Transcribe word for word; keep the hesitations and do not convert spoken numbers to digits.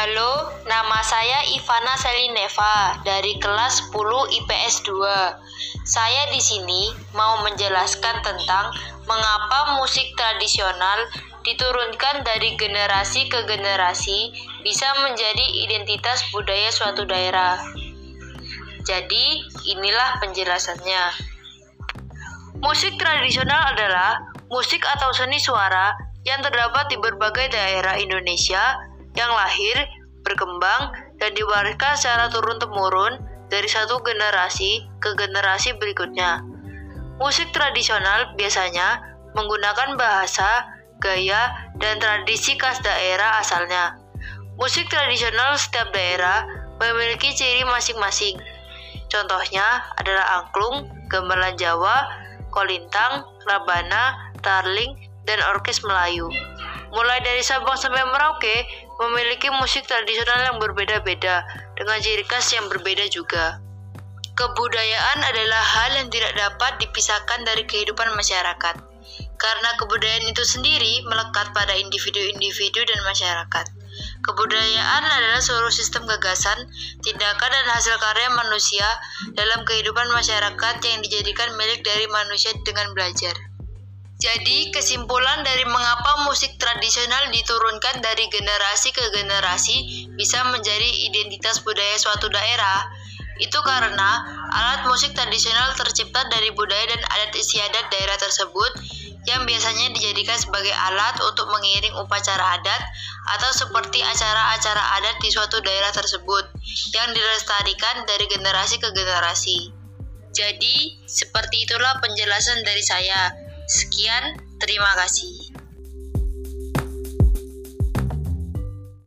Halo, nama saya Ivana Selineva dari kelas sepuluh I P S dua. Saya di sini mau menjelaskan tentang mengapa musik tradisional diturunkan dari generasi ke generasi bisa menjadi identitas budaya suatu daerah. Jadi, inilah penjelasannya. Musik tradisional adalah musik atau seni suara yang terdapat di berbagai daerah Indonesia yang lahir, berkembang, dan diwariskan secara turun-temurun dari satu generasi ke generasi berikutnya. Musik tradisional biasanya menggunakan bahasa, gaya, dan tradisi khas daerah asalnya. Musik tradisional setiap daerah memiliki ciri masing-masing. Contohnya adalah angklung, gamelan Jawa, kolintang, rabana, tarling, dan orkes Melayu. Mulai dari Sabang sampai Merauke memiliki musik tradisional yang berbeda-beda dengan ciri khas yang berbeda juga. Kebudayaan adalah hal yang tidak dapat dipisahkan dari kehidupan masyarakat, karena kebudayaan itu sendiri melekat pada individu-individu dan masyarakat. Kebudayaan adalah seluruh sistem gagasan, tindakan, dan hasil karya manusia dalam kehidupan masyarakat yang dijadikan milik dari manusia dengan belajar. Jadi, kesimpulan dari mengapa musik tradisional diturunkan dari generasi ke generasi bisa menjadi identitas budaya suatu daerah, itu karena alat musik tradisional tercipta dari budaya dan adat istiadat daerah tersebut yang biasanya dijadikan sebagai alat untuk mengiring upacara adat atau seperti acara-acara adat di suatu daerah tersebut yang dilestarikan dari generasi ke generasi. Jadi, seperti itulah penjelasan dari saya. Sekian, terima kasih.